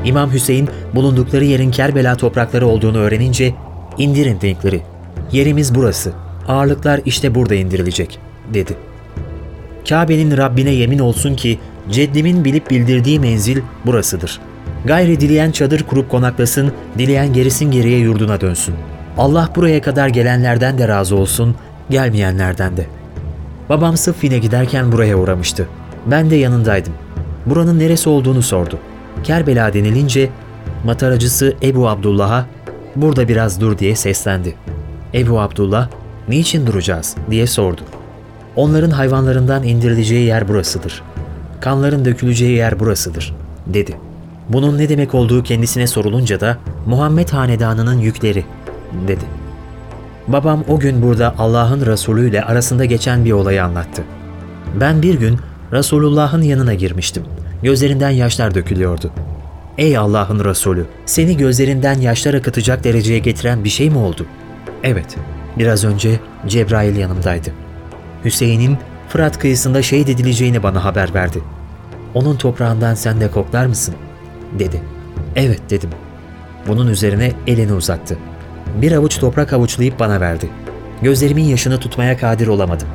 İmam Hüseyin bulundukları yerin Kerbela toprakları olduğunu öğrenince indirin denkleri. Yerimiz burası. Ağırlıklar işte burada indirilecek dedi. Kabe'nin Rabbine yemin olsun ki ceddimin bilip bildirdiği menzil burasıdır. Gayri dileyen çadır kurup konaklasın, dileyen gerisin geriye yurduna dönsün. Allah buraya kadar gelenlerden de razı olsun, gelmeyenlerden de. Babam Sıffin'e giderken buraya uğramıştı. Ben de yanındaydım. Buranın neresi olduğunu sordu. Kerbela denilince mataracısı Ebu Abdullah'a "Burada biraz dur" diye seslendi. Ebu Abdullah "Niçin duracağız?" diye sordu. "Onların hayvanlarından indirileceği yer burasıdır. Kanların döküleceği yer burasıdır" dedi. Bunun ne demek olduğu kendisine sorulunca da "Muhammed hanedanının yükleri" dedi. Babam o gün burada Allah'ın Resulü ile arasında geçen bir olayı anlattı. Ben bir gün Resulullah'ın yanına girmiştim. Gözlerinden yaşlar dökülüyordu. "Ey Allah'ın Resulü, seni gözlerinden yaşlar akıtacak dereceye getiren bir şey mi oldu?" "Evet, biraz önce Cebrail yanımdaydı. Hüseyin'in Fırat kıyısında şehit edileceğini bana haber verdi. Onun toprağından sen de koklar mısın?" dedi. "Evet" dedim. Bunun üzerine elini uzattı. Bir avuç toprak avuçlayıp bana verdi. Gözlerimin yaşını tutmaya kadir olamadım.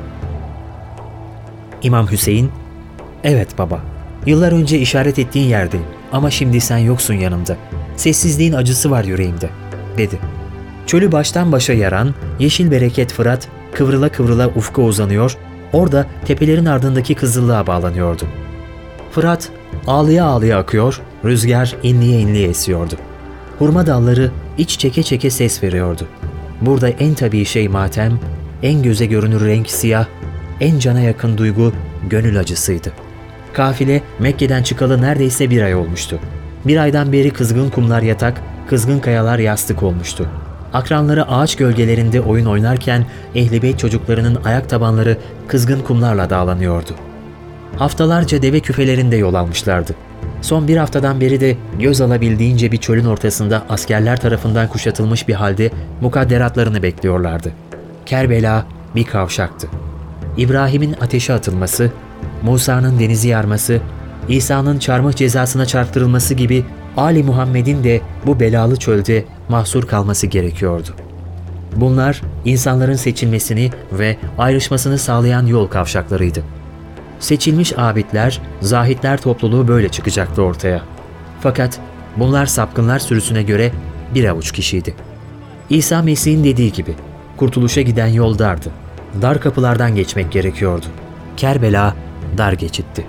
İmam Hüseyin, "Evet baba, yıllar önce işaret ettiğin yerdeyim ama şimdi sen yoksun yanımda. Sessizliğin acısı var yüreğimde" dedi. Çölü baştan başa yaran yeşil bereket Fırat kıvrıla kıvrıla ufka uzanıyor, orada tepelerin ardındaki kızıllığa bağlanıyordu. Fırat ağlıya ağlıya akıyor, rüzgar inliye inliye esiyordu. Hurma dalları iç çeke çeke ses veriyordu. Burada en tabii şey matem, en göze görünür renk siyah, en cana yakın duygu gönül acısıydı. Kafile Mekke'den çıkalı neredeyse bir ay olmuştu. Bir aydan beri kızgın kumlar yatak, kızgın kayalar yastık olmuştu. Akranları ağaç gölgelerinde oyun oynarken Ehl-i Beyt çocuklarının ayak tabanları kızgın kumlarla dağlanıyordu. Haftalarca deve küfelerinde yol almışlardı. Son bir haftadan beri de göz alabildiğince bir çölün ortasında askerler tarafından kuşatılmış bir halde mukadderatlarını bekliyorlardı. Kerbela bir kavşaktı. İbrahim'in ateşe atılması, Musa'nın denizi yarması, İsa'nın çarmıh cezasına çarptırılması gibi Ali Muhammed'in de bu belalı çölde mahsur kalması gerekiyordu. Bunlar insanların seçilmesini ve ayrışmasını sağlayan yol kavşaklarıydı. Seçilmiş abidler, zahitler topluluğu böyle çıkacaktı ortaya. Fakat bunlar sapkınlar sürüsüne göre bir avuç kişiydi. İsa Mesih'in dediği gibi kurtuluşa giden yol dardı. Dar kapılardan geçmek gerekiyordu. Kerbela dar geçitti.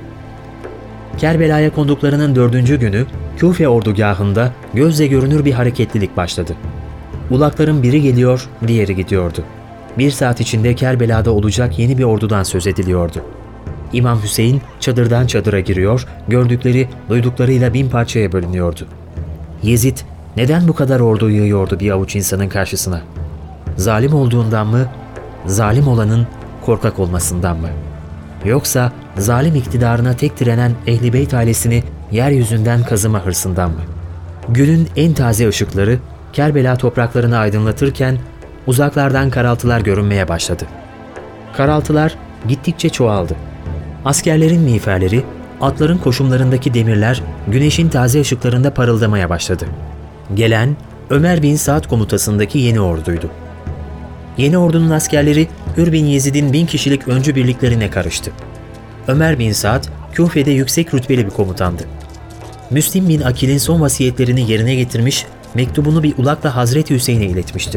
Kerbela'ya konduklarının 4. günü Küfe ordugahında gözle görünür bir hareketlilik başladı. Ulakların biri geliyor, diğeri gidiyordu. 1 saat içinde Kerbela'da olacak yeni bir ordudan söz ediliyordu. İmam Hüseyin çadırdan çadıra giriyor, gördükleri, duyduklarıyla 1000 parçaya bölünüyordu. Yezid neden bu kadar ordu yığıyordu bir avuç insanın karşısına? Zalim olduğundan mı, zalim olanın korkak olmasından mı? Yoksa zalim iktidarına tek direnen Ehl-i Beyt ailesini yeryüzünden kazıma hırsından mı? Günün en taze ışıkları Kerbela topraklarını aydınlatırken uzaklardan karaltılar görünmeye başladı. Karaltılar gittikçe çoğaldı. Askerlerin miğferleri, atların koşumlarındaki demirler güneşin taze ışıklarında parıldamaya başladı. Gelen Ömer bin Saad komutasındaki yeni orduydu. Yeni ordunun askerleri Hür bin Yezid'in 1000 kişilik öncü birliklerine karıştı. Ömer bin Saad, Küfe'de yüksek rütbeli bir komutandı. Müslim bin Akil'in son vasiyetlerini yerine getirmiş, mektubunu bir ulakla Hazreti Hüseyin'e iletmişti.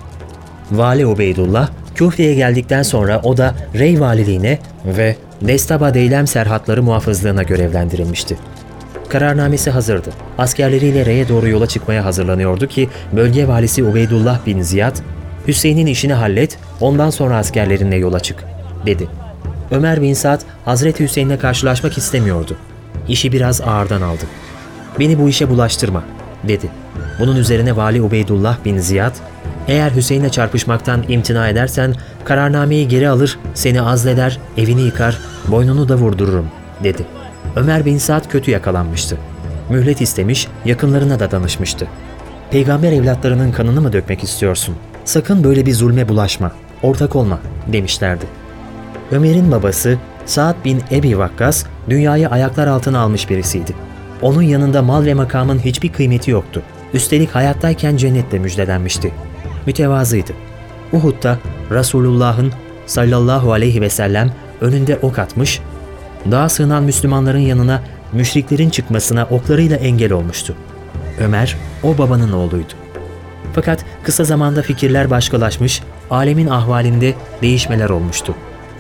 Vali Ubeydullah, Küfe'ye geldikten sonra o da Rey valiliğine ve Destaba Deylem serhatları muhafızlığına görevlendirilmişti. Kararnamesi hazırdı. Askerleriyle Rey'e doğru yola çıkmaya hazırlanıyordu ki bölge valisi Ubeydullah bin Ziyad, "Hüseyin'in işini hallet, ondan sonra askerlerinle yola çık" dedi. Ömer bin Saad, Hazreti Hüseyin'le karşılaşmak istemiyordu. İşi biraz ağırdan aldı. "Beni bu işe bulaştırma" dedi. Bunun üzerine Vali Ubeydullah bin Ziyad, "Eğer Hüseyin'le çarpışmaktan imtina edersen kararnameyi geri alır, seni azleder, evini yıkar, boynunu da vurdururum" dedi. Ömer bin Saad kötü yakalanmıştı. Mühlet istemiş, yakınlarına da danışmıştı. "Peygamber evlatlarının kanını mı dökmek istiyorsun? Sakın böyle bir zulme bulaşma, ortak olma" demişlerdi. Ömer'in babası Sa'd bin Ebi Vakkas dünyayı ayaklar altına almış birisiydi. Onun yanında mal ve makamın hiçbir kıymeti yoktu. Üstelik hayattayken cennetle müjdelenmişti. Mütevazıydı. Uhud'da Resulullah'ın sallallahu aleyhi ve sellem önünde ok atmış, dağa sığınan Müslümanların yanına müşriklerin çıkmasına oklarıyla engel olmuştu. Ömer, o babanın oğluydu. Fakat kısa zamanda fikirler başkalaşmış, alemin ahvalinde değişmeler olmuştu.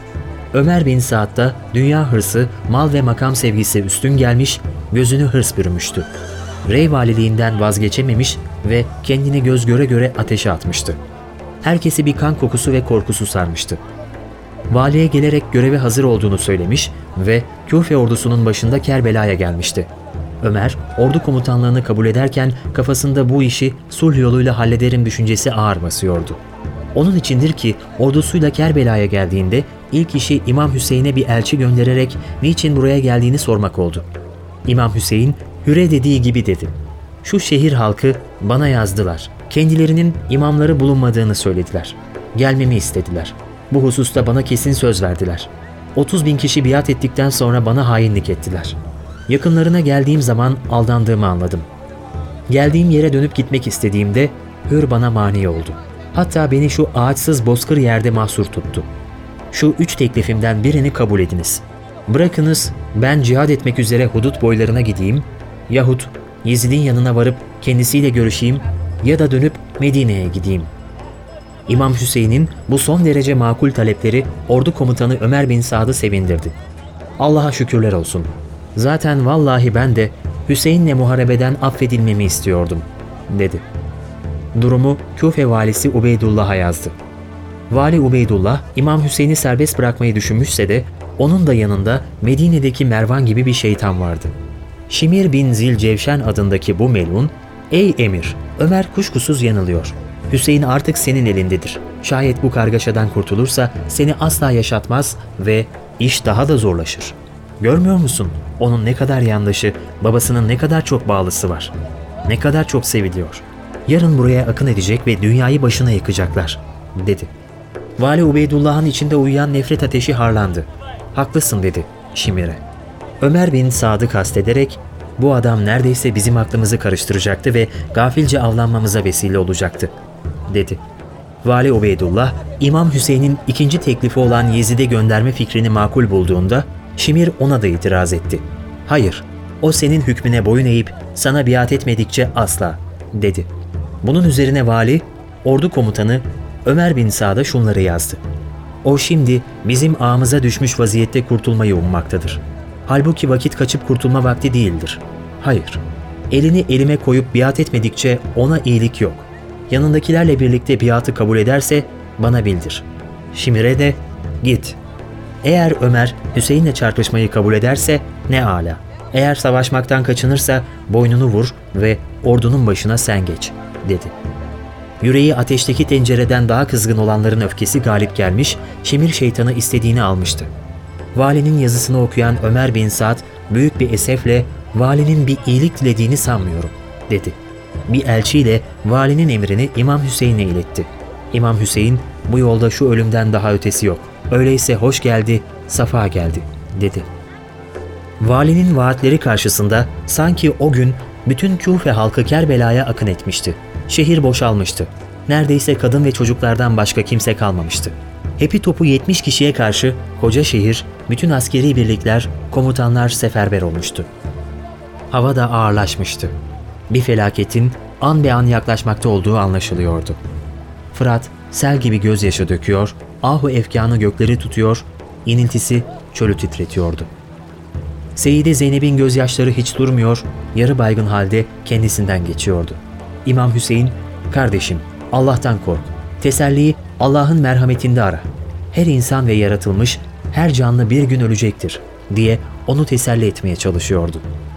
Ömer bin Saad'da dünya hırsı, mal ve makam sevgisi üstün gelmiş, gözünü hırs bürümüştü. Rey valiliğinden vazgeçememiş ve kendini göz göre göre ateşe atmıştı. Herkesi bir kan kokusu ve korkusu sarmıştı. Valiye gelerek göreve hazır olduğunu söylemiş ve Küfe ordusunun başında Kerbela'ya gelmişti. Ömer, ordu komutanlığını kabul ederken kafasında bu işi sulh yoluyla hallederim düşüncesi ağır basıyordu. Onun içindir ki ordusuyla Kerbela'ya geldiğinde ilk işi İmam Hüseyin'e bir elçi göndererek niçin buraya geldiğini sormak oldu. İmam Hüseyin, Hüre dediği gibi dedi. Şu şehir halkı bana yazdılar. Kendilerinin imamları bulunmadığını söylediler. Gelmemi istediler. Bu hususta bana kesin söz verdiler. 30.000 kişi biat ettikten sonra bana hainlik ettiler. Yakınlarına geldiğim zaman aldandığımı anladım. Geldiğim yere dönüp gitmek istediğimde Hür bana mani oldu. Hatta beni şu ağaçsız bozkır yerde mahsur tuttu. Şu 3 teklifimden birini kabul ediniz. Bırakınız ben cihad etmek üzere hudut boylarına gideyim yahut Yezid'in yanına varıp kendisiyle görüşeyim ya da dönüp Medine'ye gideyim. İmam Hüseyin'in bu son derece makul talepleri ordu komutanı Ömer bin Saad'ı sevindirdi. Allah'a şükürler olsun. Zaten vallahi ben de Hüseyin'le muharebeden affedilmemi istiyordum, dedi. Durumu Küfe valisi Ubeydullah'a yazdı. Vali Ubeydullah, İmam Hüseyin'i serbest bırakmayı düşünmüşse de onun da yanında Medine'deki Mervan gibi bir şeytan vardı. Şimir bin Zilcevşen adındaki bu melun, ''Ey emir, Ömer kuşkusuz yanılıyor. Hüseyin artık senin elindedir. Şayet bu kargaşadan kurtulursa seni asla yaşatmaz ve iş daha da zorlaşır. Görmüyor musun? Onun ne kadar yandaşı, babasının ne kadar çok bağlısı var. Ne kadar çok seviliyor. Yarın buraya akın edecek ve dünyayı başına yıkacaklar,'' dedi. Vali Ubeydullah'ın içinde uyuyan nefret ateşi harlandı. ''Haklısın,'' dedi Şimir'e. Ömer bin Saad'ı kastederek, ''Bu adam neredeyse bizim aklımızı karıştıracaktı ve gafilce avlanmamıza vesile olacaktı,'' dedi. Vali Ubeydullah, İmam Hüseyin'in ikinci teklifi olan Yezid'e gönderme fikrini makul bulduğunda, Şimir ona da itiraz etti. ''Hayır, o senin hükmüne boyun eğip sana biat etmedikçe asla,'' dedi. Bunun üzerine vali, ordu komutanı Ömer bin Saad'a şunları yazdı. ''O şimdi bizim ağımıza düşmüş vaziyette kurtulmayı ummaktadır. Halbuki vakit kaçıp kurtulma vakti değildir. Hayır, elini elime koyup biat etmedikçe ona iyilik yok. Yanındakilerle birlikte biatı kabul ederse bana bildir. Şimir'e de git. Eğer Ömer Hüseyin'le çarpışmayı kabul ederse ne âlâ. Eğer savaşmaktan kaçınırsa boynunu vur ve ordunun başına sen geç,'' dedi. Yüreği ateşteki tencereden daha kızgın olanların öfkesi galip gelmiş, Şimir şeytanı istediğini almıştı. Valinin yazısını okuyan Ömer bin Saad büyük bir esefle valinin bir iyilik dilediğini sanmıyorum, dedi. Bir elçiyle valinin emrini İmam Hüseyin'e iletti. İmam Hüseyin, bu yolda şu ölümden daha ötesi yok. Öyleyse hoş geldi, safa geldi, dedi. Valinin vaatleri karşısında sanki o gün bütün Küfe halkı Kerbela'ya akın etmişti. Şehir boşalmıştı. Neredeyse kadın ve çocuklardan başka kimse kalmamıştı. Hepi topu 70 kişiye karşı koca şehir, bütün askeri birlikler, komutanlar seferber olmuştu. Hava da ağırlaşmıştı. Bir felaketin an be an yaklaşmakta olduğu anlaşılıyordu. Fırat sel gibi gözyaşı döküyor, ahu efkanı gökleri tutuyor, iniltisi çölü titretiyordu. Seyyide Zeynep'in gözyaşları hiç durmuyor, yarı baygın halde kendisinden geçiyordu. İmam Hüseyin, ''Kardeşim, Allah'tan kork. Teselliyi Allah'ın merhametinde ara. Her insan ve yaratılmış, her canlı bir gün ölecektir,'' diye onu teselli etmeye çalışıyordu.